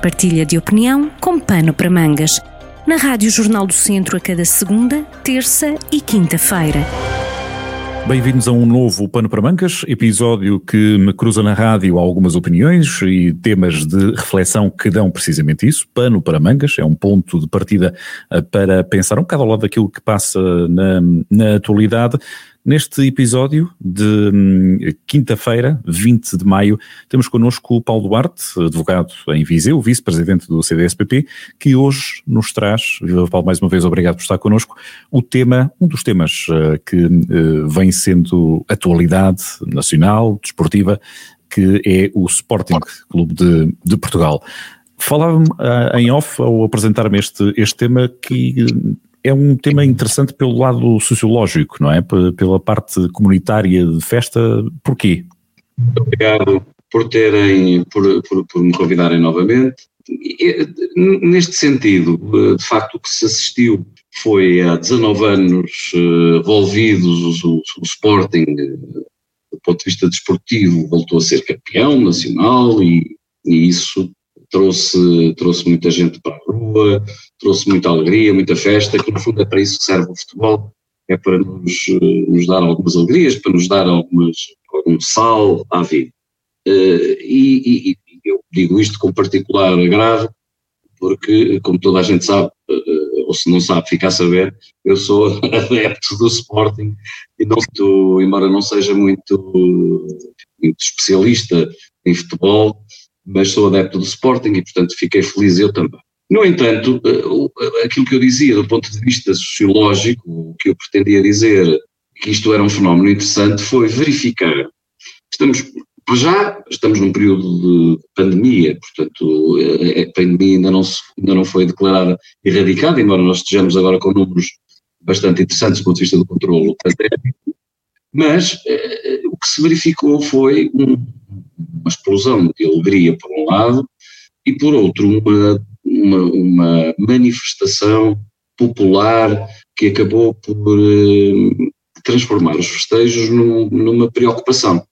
partilha de opinião com pano para mangas. Na Rádio Jornal do Centro a cada segunda, terça e quinta-feira. Bem-vindos a um novo Pano para Mangas, episódio que me cruza na rádio algumas opiniões e temas de reflexão que dão precisamente isso. Pano para Mangas é um ponto de partida para pensar um bocado ao lado daquilo que passa na atualidade. Neste episódio de quinta-feira, 20 de maio, temos connosco o Paulo Duarte, advogado em Viseu, vice-presidente do CDS-PP, que hoje nos traz, Viva Paulo, mais uma vez obrigado por estar connosco, um dos temas que vem sendo atualidade nacional, desportiva, que é o Sporting Clube de Portugal. Falava-me em off ao apresentar-me este tema que é um tema interessante pelo lado sociológico, não é? Pela parte comunitária de festa. Porquê? Obrigado por me convidarem novamente. Neste sentido, de facto, o que se assistiu foi há 19 anos envolvidos o Sporting, do ponto de vista desportivo, voltou a ser campeão nacional e isso trouxe muita gente para a rua, trouxe muita alegria, muita festa, que no fundo é para isso que serve o futebol, é para nos dar algumas alegrias, para nos dar algum sal à vida. E eu digo isto com particular agrado, porque, como toda a gente sabe, ou se não sabe, fica a saber, eu sou adepto do Sporting, e embora não seja muito especialista em futebol, mas sou adepto do Sporting e, portanto, fiquei feliz eu também. No entanto, aquilo que eu dizia do ponto de vista sociológico, o que eu pretendia dizer, que isto era um fenómeno interessante, foi verificar. Estamos num período de pandemia, portanto, a pandemia ainda não foi declarada erradicada, embora nós estejamos agora com números bastante interessantes do ponto de vista do controlo pandémico, mas o que se verificou foi uma explosão de alegria por um lado e por outro uma manifestação popular que acabou por transformar os festejos numa preocupação.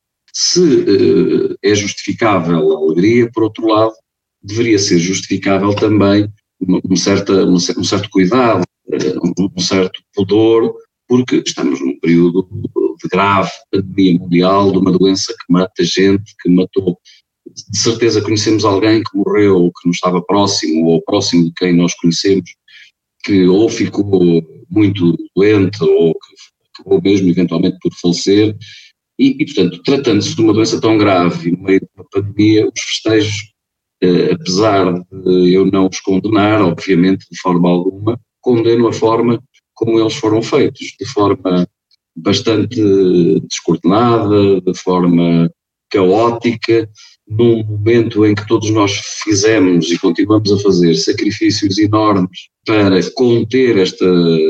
Se é justificável a alegria, por outro lado, deveria ser justificável também um certo cuidado, um certo pudor, porque estamos num período de grave pandemia mundial, de uma doença que mata gente, que matou. De certeza conhecemos alguém que morreu, que não estava próximo, ou próximo de quem nós conhecemos, que ou ficou muito doente, ou que acabou mesmo eventualmente por falecer, e portanto, tratando-se de uma doença tão grave, no meio de uma pandemia, os festejos, apesar de eu não os condenar, obviamente, de forma alguma, condeno a forma como eles foram feitos, de forma bastante descoordenada, de forma caótica, num momento em que todos nós fizemos e continuamos a fazer sacrifícios enormes para conter este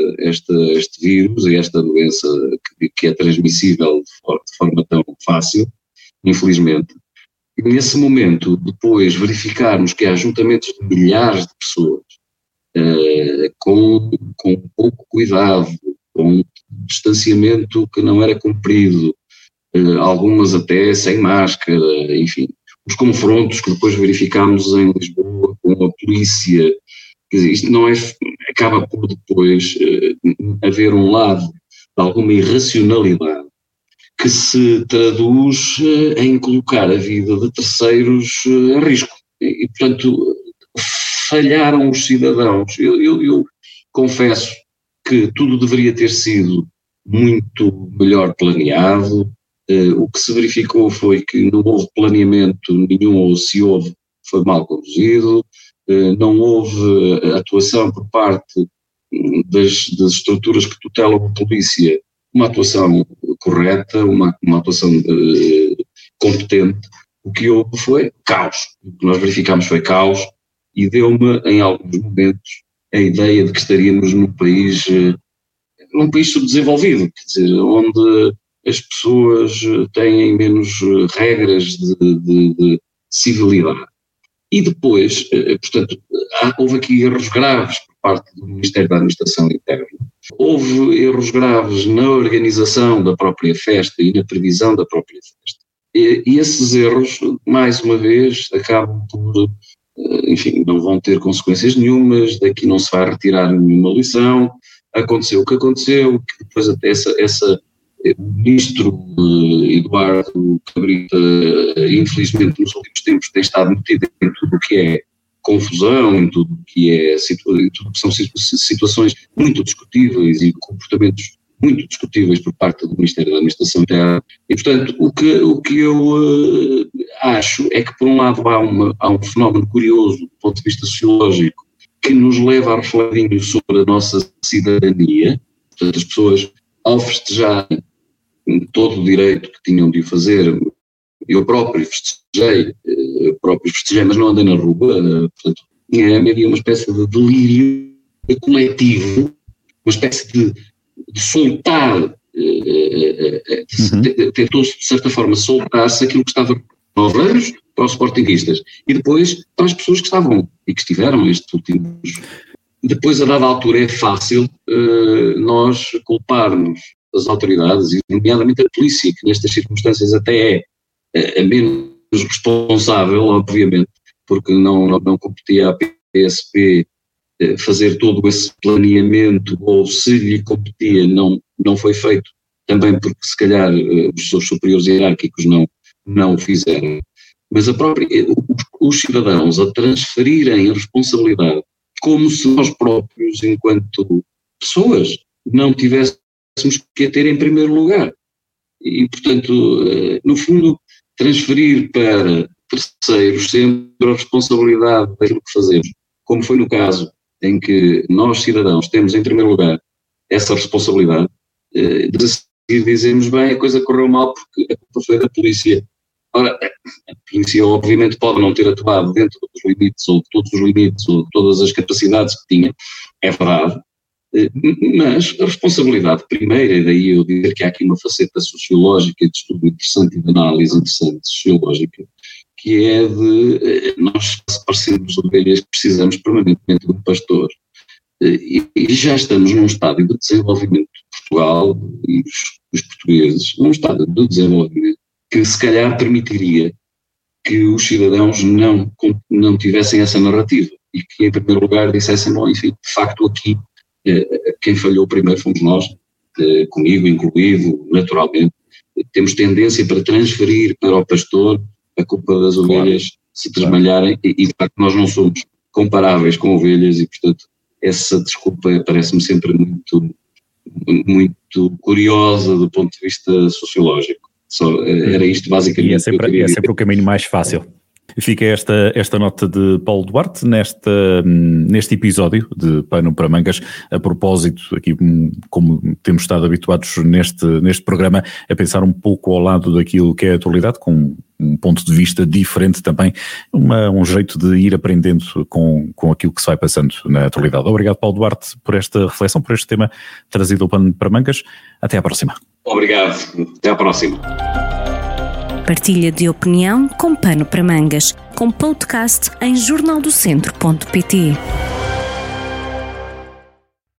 vírus e esta doença que é transmissível de forma tão fácil, infelizmente. E nesse momento, depois verificarmos que há ajuntamentos de milhares de pessoas com pouco cuidado, com um distanciamento que não era cumprido, algumas até sem máscara, enfim, os confrontos que depois verificámos em Lisboa com a polícia, quer dizer, isto não é, acaba por depois haver um lado de alguma irracionalidade que se traduz em colocar a vida de terceiros em risco e portanto falharam os cidadãos. Eu confesso que tudo deveria ter sido muito melhor planeado. O que se verificou foi que não houve planeamento nenhum, ou se houve, foi mal conduzido, não houve atuação por parte das estruturas que tutelam a polícia, uma atuação correta, uma atuação competente. O que houve foi caos. O que nós verificámos foi caos e deu-me, em alguns momentos, a ideia de que estaríamos num país subdesenvolvido, quer dizer, onde as pessoas têm menos regras de civilidade. E depois, portanto, houve aqui erros graves por parte do Ministério da Administração Interna. Houve erros graves na organização da própria festa e na previsão da própria festa. E esses erros, mais uma vez, acabam por enfim, não vão ter consequências nenhumas, daqui não se vai retirar nenhuma lição, aconteceu o que aconteceu, que depois até o ministro Eduardo Cabrita, infelizmente nos últimos tempos tem estado metido em tudo o que é confusão, em tudo o que é tudo que são situações muito discutíveis e comportamentos muito discutíveis por parte do Ministério da Administração Interna. E, portanto, o que eu acho é que, por um lado, há um fenómeno curioso do ponto de vista sociológico que nos leva a refletir sobre a nossa cidadania. Portanto, as pessoas, ao festejarem todo o direito que tinham de o fazer, eu próprio festejei, mas não andei na rua, portanto, havia uma espécie de delírio coletivo, uma espécie de soltar, tentou-se de certa forma soltar-se aquilo que estava 9 anos para os sportinguistas e depois para as pessoas que estavam e que estiveram estes últimos. Depois, a dada altura, é fácil nós culparmos as autoridades, e nomeadamente a polícia, que nestas circunstâncias até é a menos responsável, obviamente, porque não competia à PSP fazer todo esse planeamento, ou se lhe competia não foi feito, também porque se calhar os seus superiores hierárquicos não o fizeram. Mas os cidadãos a transferirem a responsabilidade como se nós próprios, enquanto pessoas, não tivéssemos que a ter em primeiro lugar. E, portanto, no fundo, transferir para terceiros sempre a responsabilidade daquilo que fazemos, como foi no caso em que nós, cidadãos, temos em primeiro lugar essa responsabilidade, de seguir dizemos, bem, a coisa correu mal porque a culpa foi da polícia. Ora, a polícia obviamente pode não ter atuado dentro dos limites, ou de todos os limites, ou de todas as capacidades que tinha, é verdade, mas a responsabilidade primeira, e daí eu dizer que há aqui uma faceta sociológica de estudo interessante e de análise interessante sociológica, que é de nós parecermos ovelhas que precisamos permanentemente de um pastor. E já estamos num estádio de desenvolvimento de Portugal e os portugueses, num estádio de desenvolvimento que se calhar permitiria que os cidadãos não tivessem essa narrativa e que em primeiro lugar dissessem, bom, enfim, de facto aqui quem falhou primeiro fomos nós, comigo incluído, naturalmente, temos tendência para transferir para o pastor a culpa das ovelhas se desmalharem e de facto nós não somos comparáveis com ovelhas e portanto essa desculpa parece-me sempre muito, muito curiosa do ponto de vista sociológico. Era isto basicamente. E é sempre o caminho mais fácil. Fica esta nota de Paulo Duarte neste episódio de Pano para Mangas, a propósito, aqui como temos estado habituados neste programa, a pensar um pouco ao lado daquilo que é a atualidade, com um ponto de vista diferente também, um jeito de ir aprendendo com aquilo que se vai passando na atualidade. Obrigado, Paulo Duarte, por esta reflexão, por este tema trazido ao Pano para Mangas. Até à próxima. Obrigado, até à próxima. Partilha de opinião com Pano para Mangas, com podcast em jornaldocentro.pt.